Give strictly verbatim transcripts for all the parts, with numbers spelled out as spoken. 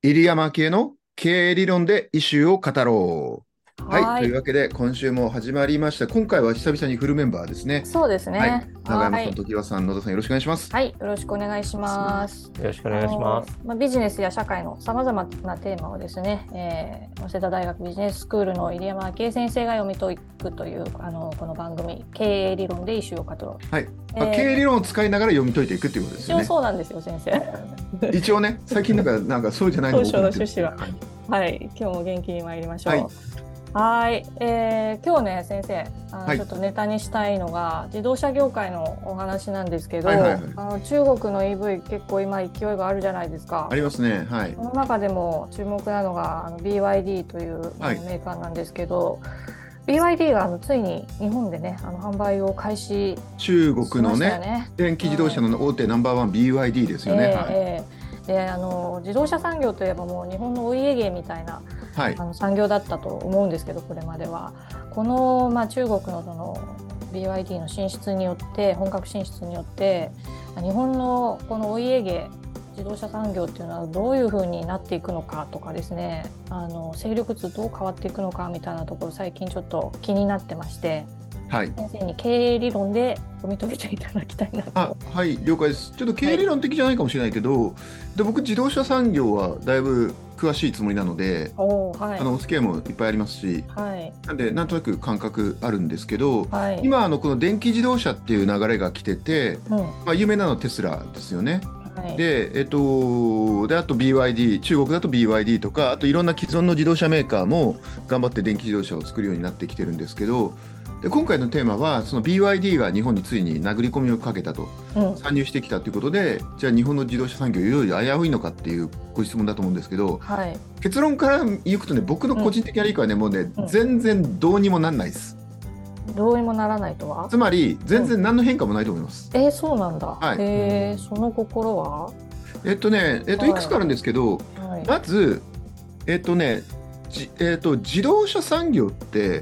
入山系の経営理論でイシューを語ろう。はい、 はい。 というわけで今週も始まりました。今回は久々にフルメンバーですね。 そうですはい、 ね。 長山さん、 はい。 常盤さん、野田さん、よろしくお願いします。 はい。よろしくお願いします。 よろしくおあ願いしまの、 す。 まあ、ビジネスや社会のさまざまなテーマをですね、えー、早稲田大学ビジネススクールの入山圭先生が読み解くというあのこの番組、経営理論でイシューを語ろはい、 う。 まあ、経営えー、 理論を使いながら読み解いていくっていうことですよね。 一応そうなんですよ、先生。 一応ね、最近なんか、なんかそうじゃないの当初のが多くなってる。 趣旨は。はい。今日も元気に参りましょう。 はい、 はい、えー、今日ね先生あの、 はい、 ちょっとネタにしたいのが自動車業界のお話なんですけど、 はい、はい、はい。 あの中国の イーブイ 結構今勢いがあるじゃないですか。 ありますね。はい、 その中でも注目なのがあの ビーワイディー というあはい。 のメーカーなんですけど、 ビーワイディー があのついに日本でねあの販売を開始中しましたよ国のね、 ね。 電気自動車の大手ナンバーワン ビーワイディー ですよね。はい、 えーえーであの自動車産業といえばもう日本のお家芸みたいなはい、 あの産業だったと思うんですけど、これまではこの、まあ、中国のその ビーワイディー の進出によって本格進出によって日本のこのお家芸自動車産業っていうのはどういうふうになっていくのかとかですね、あの勢力図どう変わっていくのかみたいなところ最近ちょっと気になってまして、 はい。 先生に経営理論で読み解いていただきたいなあ、 と。 はい、了解です。ちょっと経はい営理論的じゃないかもしれないけど、で僕、自動車産業はだいぶ詳しいつもりなので、 おーはいあのお付き合いもいっぱいありますし、 はいなんで、なんとなく感覚あるんですけど、 はい今、あのこの電気自動車っていう流れが来てて、 うんまあ、有名なのはテスラですよね。 はいで、えっと、で、あと ビーワイディー、中国だと ビーワイディー とか、あといろんな既存の自動車メーカーも頑張って電気自動車を作るようになってきてるんですけど、で今回のテーマは、その ビーワイディー が日本についに殴り込みをかけたと、 うん参入してきたということで、じゃあ日本の自動車産業、いよいよ危ういのかっていうご質問だと思うんですけど、 はい結論から言うとね、僕の個人的な理解はね、もうね、 うん全然どうにもなんないです。 どうにもならないとは。 つまり、全然何の変化もないと思います。 えー、そうなんだ。 はい。 えー、その心は。 えっとね、えっと、 はいいくつかあるんですけど、 はいまず、えっとね、じえっと、自動車産業って、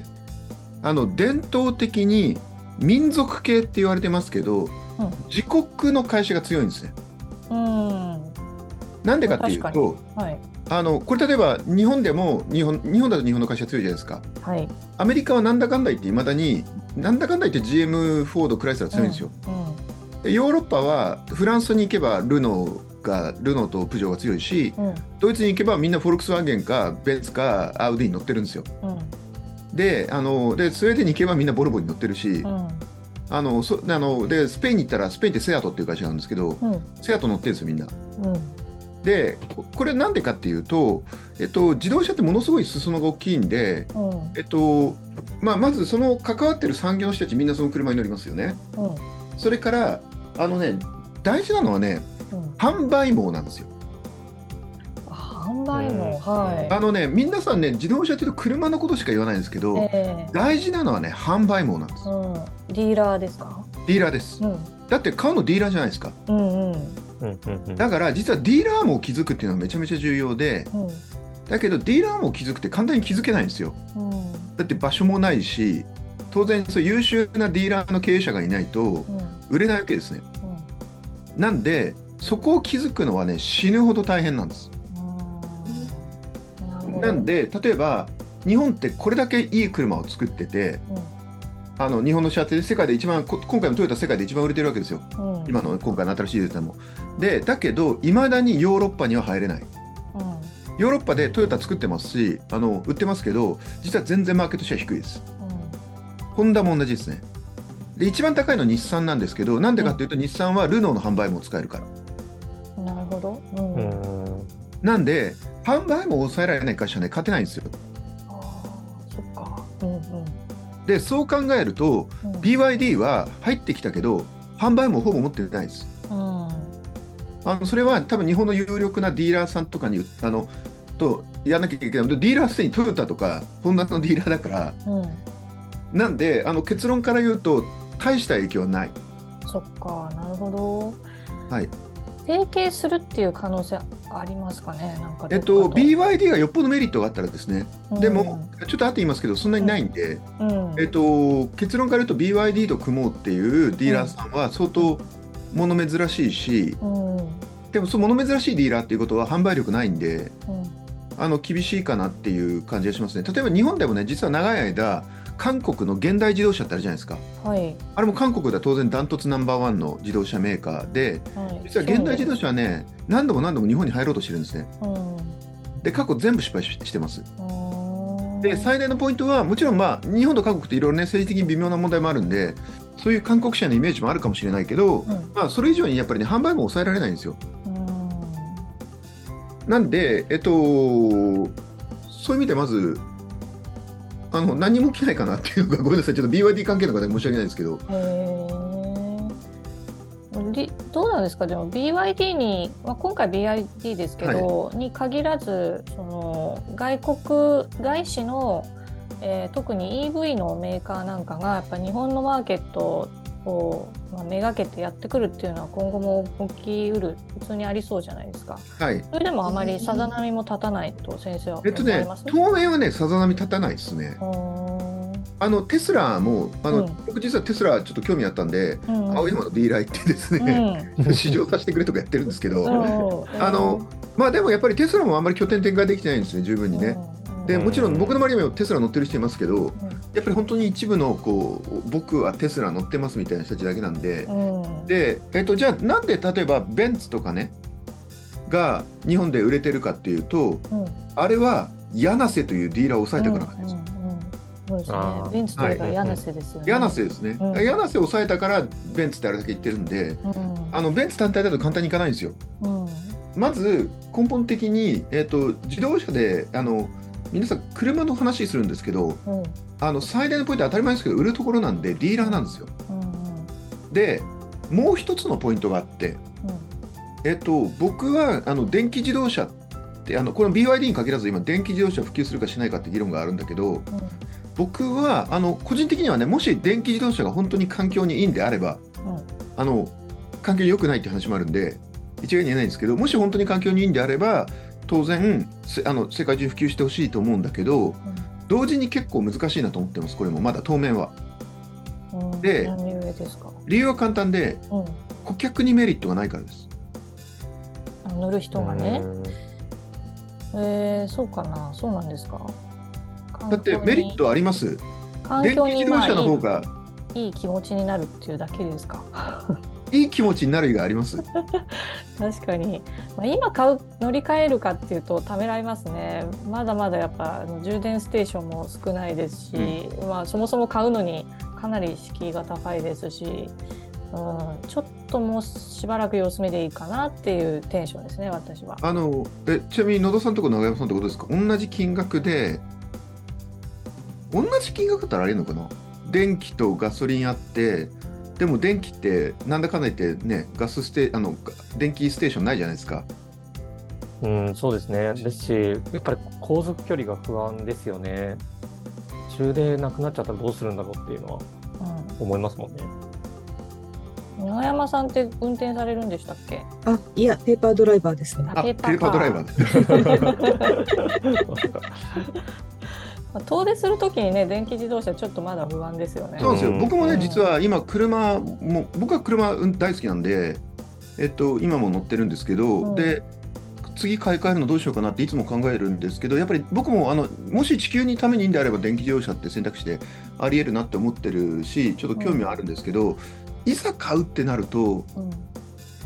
あの、伝統的に民族系って言われてますけど、自国の会社が強いんですね。 うん、うん、 なんでかっていう確かに。 と、 はいあの、これ例えば日本でも、日本、日本だと日本の会社強いじゃないですか。 はい。 アメリカはなんだかんだ言っていまだに、なんだかんだ言って ジーエム、フォード、クライスラー強いんですよ。でヨーロッパはフランスに行けばルノーが、ルノーとプジョーが強いし、 うんうんドイツに行けばみんなフォルクスワーゲンかベンツかアウディに乗ってるんですよ。 うんで、あの、で、スウェーデンに行けばみんなボルボに乗ってるし、 うんあの、そ、あの、で、スペインに行ったら、スペインってセアトっていう会社なんですけど、 うんセアト乗ってるんですよ、みんな。 うんで、ここれなんでかっていうと、えっと、自動車ってものすごい裾野が大きいんで、 うんえっと、まあ、まずその関わってる産業の人たちみんなその車に乗りますよね。 うんそれから、あのね、大事なのはね、 うん販売網なんですよ。 販売も、 うんはあのね、皆さんね、自動車っていうと車のことしか言わないんですけい。 ど、 え大事なのはね、販売網なんです。 ーうん、ディーラーですか。 ディーラーです。 うんだって買うのディーラーじゃないですか。 うんうんうんうんうんだから実はディーラー網を築くっていうのはめちゃめちゃ重要で、 うんだけどディーラー網を築くって簡単に築けないんですよ。 うんだって場所もないし、当然そう優秀なディーラーの経営者がいないとうん売れないわけですね。 うんなんで、そこを築くのはね、死ぬほど大変なんです。 うんなるほど。 なんで、例えば、日本ってこれだけいい車を作ってて、あの日本の車って世界で一番、こ今回のトヨタ世界で一番売れてるわけですよ。 うんうん今の今回の新しいデータも。で、だけど、いまだにヨーロッパには入れない。ヨーロッパでトヨタ作ってますし、あの売ってますけど、実は全然マーケットシェア低いです。ホンダも同じですね。で、一番高いのは日産なんですけど、なんでかっていうと、日産はルノーの販売も使えるから。 うんなるほど。うんうんなんで、販売も抑えられない会社はね、勝てないんですよ。 あーそっか。うんうんで、そう考えると、 うんビーワイディー は入ってきたけど、販売もほぼ持ってないです。 うんあのそれは多分日本の有力なディーラーさんとかにあのとやらなきゃいけない。ディーラーはすでにトヨタとかホンダのディーラーだから、 うんなんであの結論から言うと大した影響はない。 そっか、なるほど。 はい。 提携するっていう可能性ありますかね。なんかえっと、 どっかとビーワイディー がよっぽどメリットがあったらですね、 うんでも、ちょっと後で言いますけど、そんなにないんで、 うんえっと、結論から言うと ビーワイディー と組もうっていうディーラーさんは相当物珍しいし、 うんでもその物珍しいディーラーっていうことは販売力ないんで、 うん、 あの厳しいかなっていう感じがしますね。例えば日本でもね、実は長い間韓国の現代自動車ってあるじゃないですか。 はい、 あれも韓国では当然ダントツナンバーワンの自動車メーカーで、 はい、 実は現代自動車はね、何度も何度も日本に入ろうとしてるんですね。 うん、 で、過去全部失敗ししてます。 うーん、 で、最大のポイントは、もちろんまあ、日本と韓国っていろいろね、政治的に微妙な問題もあるんで、そういう韓国車のイメージもあるかもしれないけど、 うん、 まあ、それ以上にやっぱりね、販売も抑えられないんですよ。 うん、 なんで、えっと、そういう意味でまず、あの何も起きないかなっていうのが、ごめんなさい、ちょっと ビーワイディー 関係の方で申し訳ないですけど。 へー、どうなんですか、でも ビーワイディー に、まあ、今回 ビーワイディー ですけど、はい、に限らず、その外国外資の、えー、特に イーブイ のメーカーなんかがやっぱ日本のマーケットを、まあ、めがけてやってくるっていうのは今後も起きうる、普通にありそうじゃないですか。 はい、 それでもあまりさざ波も立たないと先生は思います？ えっとね、当面はね、さざ波立たないですね。あのテスラもあの、うん、僕実はテスラちょっと興味あったんで、うん、青山の D ラインってですね、うん、試乗させてくれとかやってるんですけど、あのまあでもやっぱりテスラもあんまり拠点展開できてないんですね、十分にね。でもちろん僕の周りにもテスラ乗ってる人いますけど、やっぱり本当に一部のこう僕はテスラ乗ってますみたいな人たちだけなんで、で、えっと、じゃあなんで例えばベンツとかねが日本で売れてるかっていうと、あれは柳瀬というディーラーを抑えたからなんですよ。 そうですね、ベンツというか柳瀬ですよね。 柳瀬ですね、うん、柳瀬を抑えたからベンツってあれだけ言ってるんで、うん、あのベンツ単体だと簡単にいかないんですよ。うん、まず根本的に、えーと、自動車であの皆さん車の話するんですけど、うん、あの最大のポイントは当たり前ですけど売るところなんでディーラーなんですよ。うんうん、でもう一つのポイントがあって、うん、えーと、僕はあの電気自動車ってあのこの ビーワイディー に限らず今電気自動車普及するかしないかって議論があるんだけど、うん、僕はあの個人的にはね、もし電気自動車が本当に環境にいいんであれば、うん、あの環境に良くないって話もあるんで一概に言えないんですけど、もし本当に環境にいいんであれば当然あの世界中普及してほしいと思うんだけど、うん、同時に結構難しいなと思ってます。これもまだ当面は、うん、で何故ですか？ 理由は簡単で、うん、顧客にメリットがないからです。 乗る人がね、えー、そうかな、そうなんですか。 だってメリットあります。 環境に電気自動車の方が、 まあ、いい、いい気持ちになるっていうだけですか。 いい気持ちになる以外あります。 確かに、まあ、今買う乗り換えるかっていうとためらいますね。まだまだやっぱ充電ステーションも少ないですし、うん、まあ、そもそも買うのにかなり敷居が高いですし、うん、ちょっともうしばらく様子見でいいかなっていうテンションですね、私は。あのえちなみに野田さんとこ長山さんってことですか？同じ金額で同じ金額だったらありえるのかな。電気とガソリンあって、でも電気ってなんだかんだ言ってね、ガスステあの電気ステーションないじゃないですか。 うん、そうですね。ですし、やっぱり航続距離が不安ですよね。充電なくなっちゃったらどうするんだろうっていうのは思いますもんね。 うん、長山さんって運転されるんでしたっけ？ あ、いや、ペーパードライバーですね。 あ、ペーパードライバー遠出するときにね、電気自動車ちょっとまだ不安ですよね。 そうですよ。僕もね、実は今車も僕は車大好きなんで、えっと今も乗ってるんですけど、うん、で次買い替えるのどうしようかなっていつも考えるんですけど、やっぱり僕もあのもし地球にためにいいんであれば電気自動車って選択肢でありえるなって思ってるし、ちょっと興味はあるんですけど、うん、いざ買うってなると、うん、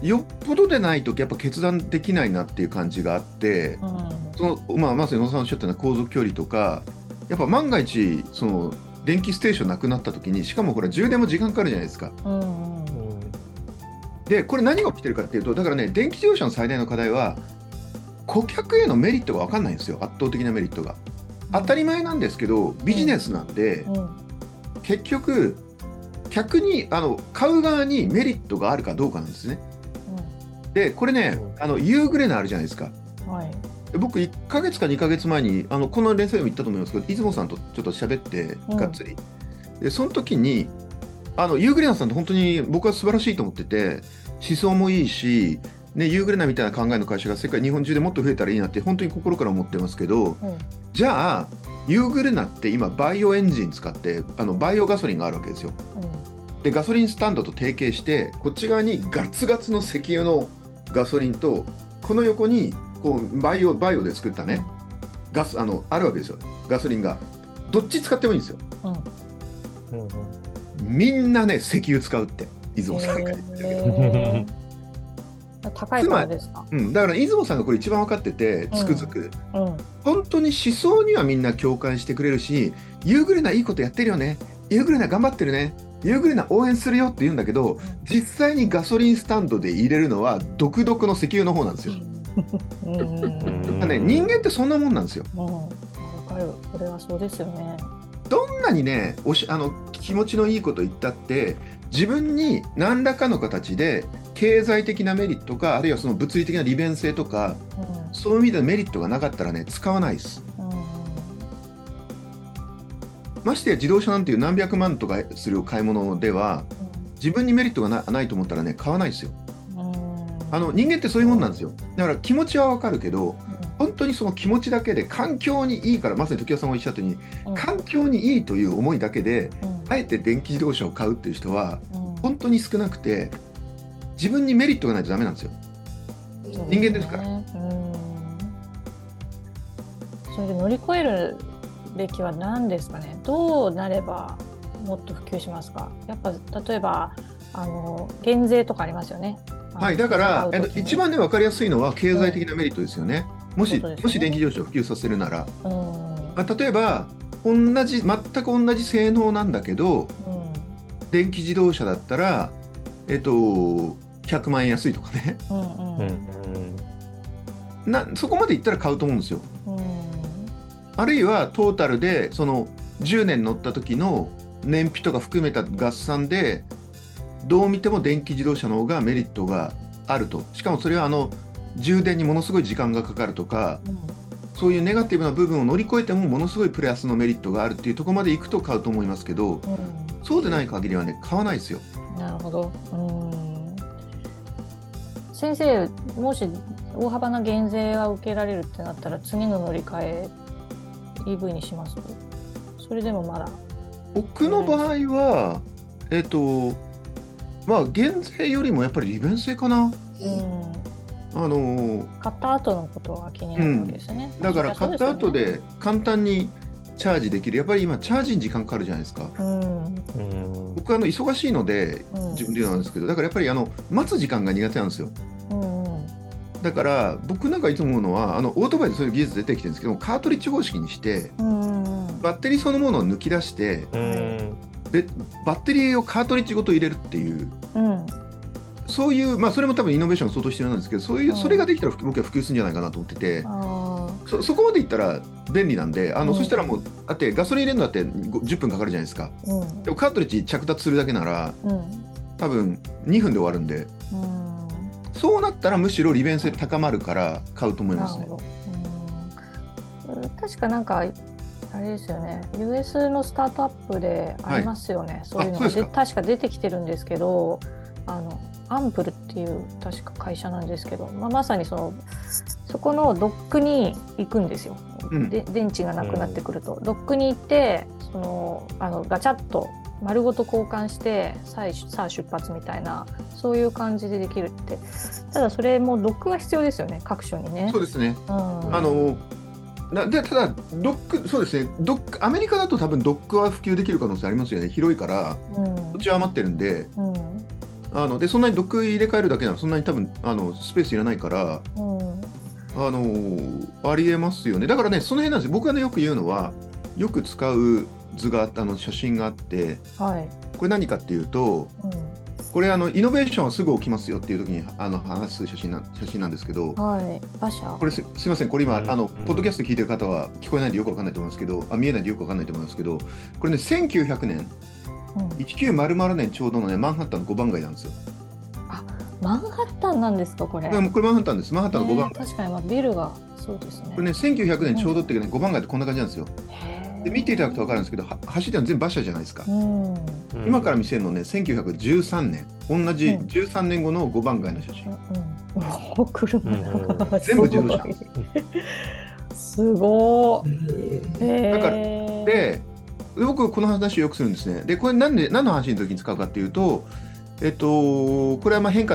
よっぽどでないとやっぱ決断できないなっていう感じがあって、うん、そのまあまさに野田さんおっしゃったような航続距離とか。やっぱ万が一その電気ステーションなくなった時に、しかもこれ充電も時間かかるじゃないですか。うんうん、でこれ何が起きてるかっていうと、だからね、電気自動車の最大の課題は顧客へのメリットが分かんないんですよ。圧倒的なメリットが、当たり前なんですけどビジネスなんで、うんうん、結局客にあの買う側にメリットがあるかどうかなんですね。うん、でこれね、あのユーグレナあるじゃないですか。はい、僕いっかげつかにかげつまえにあのこの連載でも言ったと思いますけど、出雲さんとちょっと喋ってがっつり、うん、でその時にあのユーグレナさんって本当に僕は素晴らしいと思ってて、思想もいいし、ね、ユーグレナみたいな考えの会社が世界日本中でもっと増えたらいいなって本当に心から思ってますけど、うん、じゃあユーグレナって今バイオエンジン使ってあのバイオガソリンがあるわけですよ。うん、でガソリンスタンドと提携してこっち側にガツガツの石油のガソリンと、この横にこうバイオバイオで作ったねガスあのあるわけですよ。ガソリンがどっち使ってもいいんですよ。 うんうんうんみんなね石油使うって出雲さんが言ってるけど、 へー高いからですか。 うん、だから出雲さんがこれ一番分かっててつくづく、 うん本当に思想にはみんな共感してくれるし、ユーグレナいいことやってるよね、ユーグレナ頑張ってるね、ユーグレナ応援するよって言うんだけど、実際にガソリンスタンドで入れるのは独特の石油の方なんですよ。 うんうんうんだからね、人間ってそんなもんなんですよ。 うんわかる。それはそうですよね。 どんなにねおしあの気持ちのいいこと言ったって自分に何らかの形で経済的なメリットかあるいはその物理的な利便性とかうんそういう意味でのメリットがなかったらね使わないです。 うんましてや自動車なんていう何百万とかする買い物では自分にメリットが な, ないと思ったらね買わないですよ。 うんあの人間ってそういうもんなんですよ。だから気持ちはわかるけど本当にその気持ちだけで環境にいいから、まさに時矢さんがおっしゃったようにうん環境にいいという思いだけでうんあえて電気自動車を買うっていう人はうん本当に少なくて、自分にメリットがないとダメなんですよ。人間ですからうんそれで乗り越えるべきは何ですかね。どうなればもっと普及しますか。やっぱ例えばあの減税とかありますよね。 はい、だから、えっと、一番ね分かりやすいのは経済的なメリットですよね。もし、 そうですねもし電気自動車を普及させるなら、 うんまあ、例えば同じ全く同じ性能なんだけどうん電気自動車だったらえっとひゃくまんえん安いとかねうんうんうんなそこまでいったら買うと思うんですよ。 うんあるいはトータルでそのじゅうねん乗った時の燃費とか含めた合算でどう見ても電気自動車の方がメリットがあると。しかもそれはあの充電にものすごい時間がかかるとかそういうネガティブな部分を乗り越えてもものすごいプラスのメリットがあるっていうところまでいくと買うと思いますけど、 うんそうでない限りはね買わないですよ。 なるほど。うん先生、もし大幅な減税が受けられるってなったら次の乗り換え イーブイ にします？それでもまだ。 僕の場合はえっとまあ減税よりもやっぱり利便性かな。 うんあの買った後のことが気になるわけですよね。 だから買った後で簡単にチャージできる。やっぱり今チャージに時間かかるじゃないですか。 うんうん僕あの忙しいのでうん自分で言うのなんですけど、だからやっぱりあの待つ時間が苦手なんですよ。 うんうんだから僕なんかいつも思うのはあのオートバイでそういう技術出てきてるんですけどカートリッジ方式にしてうんうんバッテリーそのものを抜き出してうんでバッテリーをカートリッジごと入れるっていううんそういうまあそれも多分イノベーションが相当必要なんですけどそういううんそれができたら僕は普及するんじゃないかなと思っててあそ, そこまでいったら便利なんであの、 うんそしたらもうだってガソリン入れるのだってごじゅっぷんかかるじゃないですか。 ーうんでもカートリッジ着脱するだけならうん多分にふんで終わるんでうんそうなったらむしろ利便性高まるから買うと思いますね。 なるほど。うん確かなんかあれですよね。ユーエス のスタートアップでありますよね。そういうのがであそうですか確か出てきてるんですけど、あのアンプルっていう確か会社なんですけど、まあ、まさにそのそこのドックに行くんですよ。 うんで電池がなくなってくると、ドックに行ってそのあのガチャッと丸ごと交換してさあさあ出発みたいなそういう感じでできるって。ただそれもドックが必要ですよね、各所にね。 そうですね。 うんあのなでただドックそうですねドックアメリカだと多分ドックは普及できる可能性ありますよね。広いからうん土地は余ってるんでうんあのでそんなにドック入れ替えるだけならそんなに多分あのスペースいらないからうんあのありえますよね。だからねその辺なんですよ。僕がねよく言うのはよく使う図があの写真があってはいこれ何かっていうとうこれあのイノベーションはすぐ起きますよっていう時にあの話す写真な写真なんですけどんはい馬車これすすいませんこれ今うんあのうんポッドキャスト聞いてる方は聞こえないんでよくわかんないと思いますけどあ見えないんでよくわかんないと思いますけどこれねせんきゅうひゃくねんうんせんきゅうひゃくねんちょうどのねマンハッタンのごばん街なんですよ。 マンハッタンなんですかこれ。 これこれマンハッタンですマンハッタンのごばんえー街。 確かにまあビルがそうですね。 これねせんきゅうひゃくねんちょうどっていうねごばん街ってこんな感じなんですよ。 へーで見ていただくとわかるんですけどは走ってるの全部馬車じゃないですか。 うんうん今から見せるのねせんきゅうひゃくじゅうさんねん同じうんじゅうさんねんごのごばん街の写真。 うんおー車が全部自動車すごい。へーだからでで僕この話をよくするんですね。でこれなんで何の話の時に使うかっていうとえっとこれはまあ変化ってす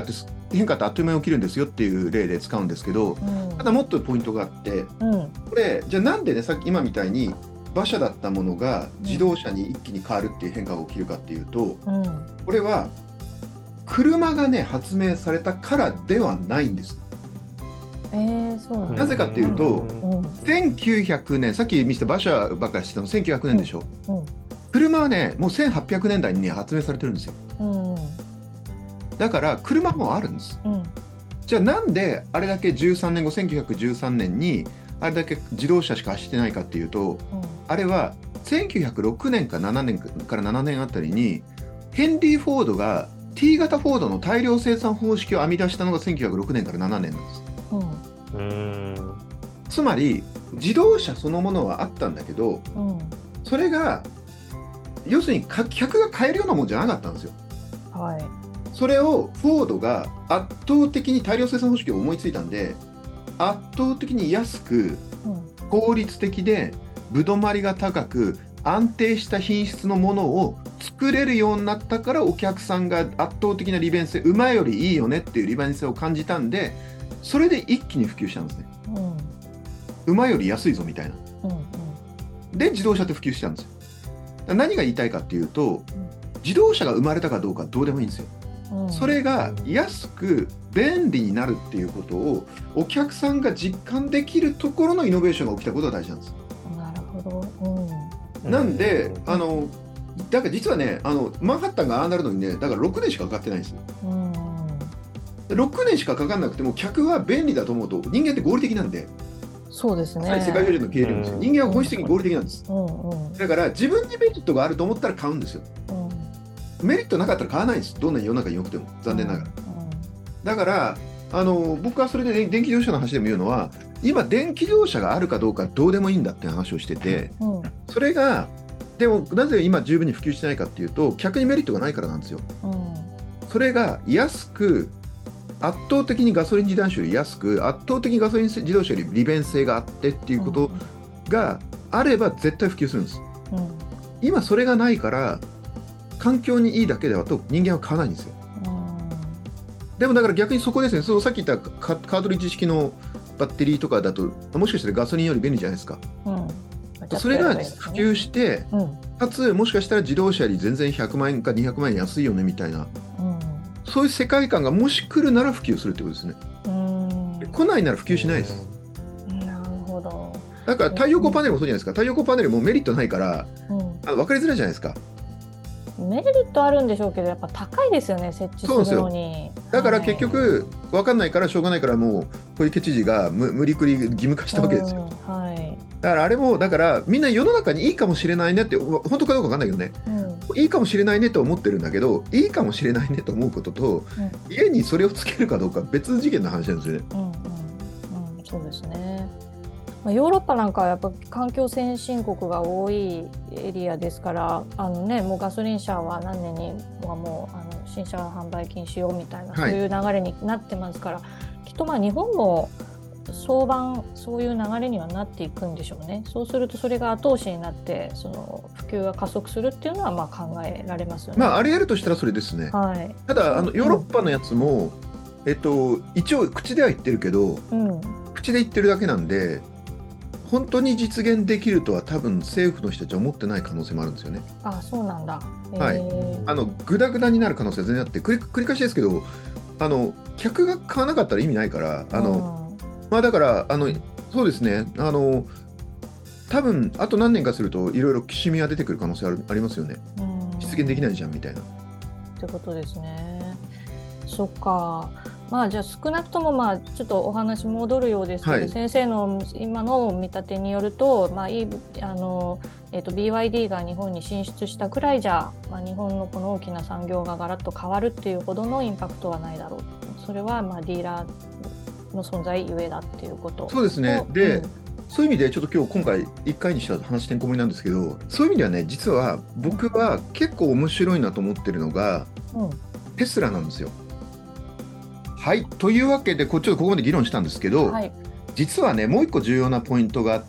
変化ってあっという間に起きるんですよっていう例で使うんですけど、 うんただもっとポイントがあって、 うんこれじゃあなんでね、さっき今みたいに馬車だったものが自動車に一気に変わるっていう変化が起きるかっていうと、 うんこれは車がね発明されたからではないんです。 えー、そうなんだ。 なぜかっていうとうんせんきゅうひゃくねん、さっき見せた馬車ばっかりしてたのせんきゅうひゃくねんでしょ、 うん車はねもうせんはっぴゃくねんだいに、ね、発明されてるんですよ。 うんだから車もあるんです。 うんじゃあなんであれだけじゅうさんねんごせんきゅうひゃくじゅうさんねんにあれだけ自動車しか走ってないかっていうと、あれはせんきゅうひゃくろくねんかななねんからななねんあたりにヘンリー・フォードが T 型フォードの大量生産方式を編み出したのがせんきゅうひゃくろくねんからななねんなんです。 うんうーん。 つまり自動車そのものはあったんだけど、 うんそれが要するにか客が買えるようなもんじゃなかったんですよ。 はいそれをフォードが圧倒的に大量生産方式を思いついたんで、圧倒的に安くうん効率的でぶどまりが高く安定した品質のものを作れるようになったから、お客さんが圧倒的な利便性、馬よりいいよねっていう利便性を感じたんで、それで一気に普及したんですね。 うん馬より安いぞみたいな。 うんで自動車って普及したんですよ。だから何が言いたいかっていうと、 うん自動車が生まれたかどうかどうでもいいんですよ。 うんそれが安く便利になるっていうことをお客さんが実感できるところのイノベーションが起きたことが大事なんです。 なるほど。うんなんで、あのだから実はね、あのマンハッタンがああなるのにね、だからろくねんしかかかってないんですよ。 うんろくねんしかかかんなくても客は便利だと思うと、人間って合理的なんで、 そうですね。 世界標準の経営理論ですよ。人間は本質的に合理的なんです。 うんうんだから自分にメリットがあると思ったら買うんですよ。 うんメリットなかったら買わないんです。どんなに世の中に良くても、残念ながら。だからあの僕はそれで、ね、電気自動車の話でも言うのは、今電気自動車があるかどうかどうでもいいんだって話をしてて、 うんうんそれがでもなぜ今十分に普及してないかっていうと、客にメリットがないからなんですよ。 うんそれが安く、圧倒的にガソリン自動車より安く、圧倒的にガソリン自動車より利便性があってっていうことがあれば絶対普及するんです。 うん今それがないから環境にいいだけではと人間は買わないんですよ。でもだから逆にそこですね、そのさっき言ったカカートリッジ式のバッテリーとかだと、もしかしたらガソリンより便利じゃないですか。 うんそれが普及して、 うんかつもしかしたら自動車より全然ひゃくまんえんかにひゃくまんえん安いよねみたいな、そういう世界観がもし来るなら普及するってことですね。 うんうん来ないなら普及しないです。 なるほど。 だから太陽光パネルもそうじゃないですか。太陽光パネルもメリットないからうんあ分かりづらいじゃないですか。 メリットあるんでしょうけど、やっぱ高いですよね、設置するのに。 だから結局分かんないからしょうがないから、もう小池知事が無無理くり義務化したわけですよ。 うんはいだからあれもだからみんな世の中にいいかもしれないねって、本当かどうか分かんないけどね、 うんいいかもしれないねと思ってるんだけど、いいかもしれないねと思うことと、家にそれをつけるかどうか別次元の話なんですよね。 うんうんうん、そうですね。まあ、ヨーロッパなんかはやっぱ環境先進国が多いエリアですから、あのね、もうガソリン車は何年にはもうあの新車販売禁止よみたいな、 はいそういう流れになってますから、きっとまあ日本も早晩そういう流れにはなっていくんでしょうね。そうするとそれが後押しになってその普及が加速するっていうのはまあ考えられますよね。 まああれやるとしたらそれですね。 はい、 ただあのヨーロッパのやつも、えっと、一応口では言ってるけど、 うん口で言ってるだけなんで、本当に実現できるとは多分政府の人たちは思ってない可能性もあるんですよね。 あ、そうなんだ。 はいえーあのグダグダになる可能性は全然あって、繰り繰り返しですけど、あの客が買わなかったら意味ないから、あの、まあだからあのそうですね、あの多分あと何年かするといろいろきしみが出てくる可能性あるありますよね。 うん実現できないじゃんみたいな。 ってことですね。そっか。まあじゃあ少なくともまあちょっとお話戻るようですけど、 はい先生の今の見立てによると、まあいいあのえっと ビーワイディー が日本に進出したくらいじゃ、まあ日本のこの大きな産業がガラッと変わるっていうほどのインパクトはないだろう。それはまあディーラーの存在ゆえだっていうこと。 そうですね。で、 うんそういう意味でちょっと今日今回いっかいにした話てんこ盛りなんですけど、そういう意味ではね、実は僕は結構面白いなと思ってるのがうんテスラなんですよ。はい、というわけでこっちょっとここまで議論したんですけど、 はい。 実はねもう一個重要なポイントがあって、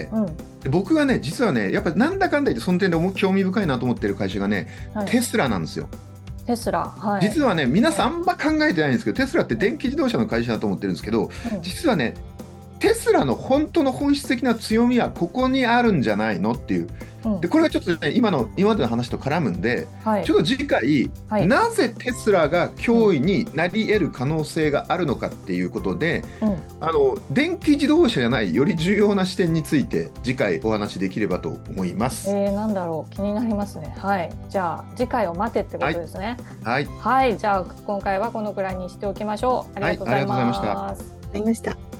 うんで僕がね実はねやっぱりなんだかんだ言ってその点で思う興味深いなと思ってる会社がね、 はい。 テスラなんですよ。 テスラ、はい、 実はね、皆さんあんま考えてないんですけど、テスラって電気自動車の会社だと思ってるんですけど、 うん、 実はね、テスラの本当の本質的な強みはここにあるんじゃないのっていう。でこれがちょっとね、今の今までの話と絡むんで、はい、ちょっと次回、はい、なぜテスラが脅威になり得る可能性があるのかっていうことで、うん、あの電気自動車じゃないより重要な視点について次回お話しできればと思います。 えー、なんだろう、気になりますね。はい、じゃあ次回を待てってことですね。 はい、 はい、はい、じゃあ今回はこのくらいにしておきましょう。ありがとうございました。 ありがとうございました。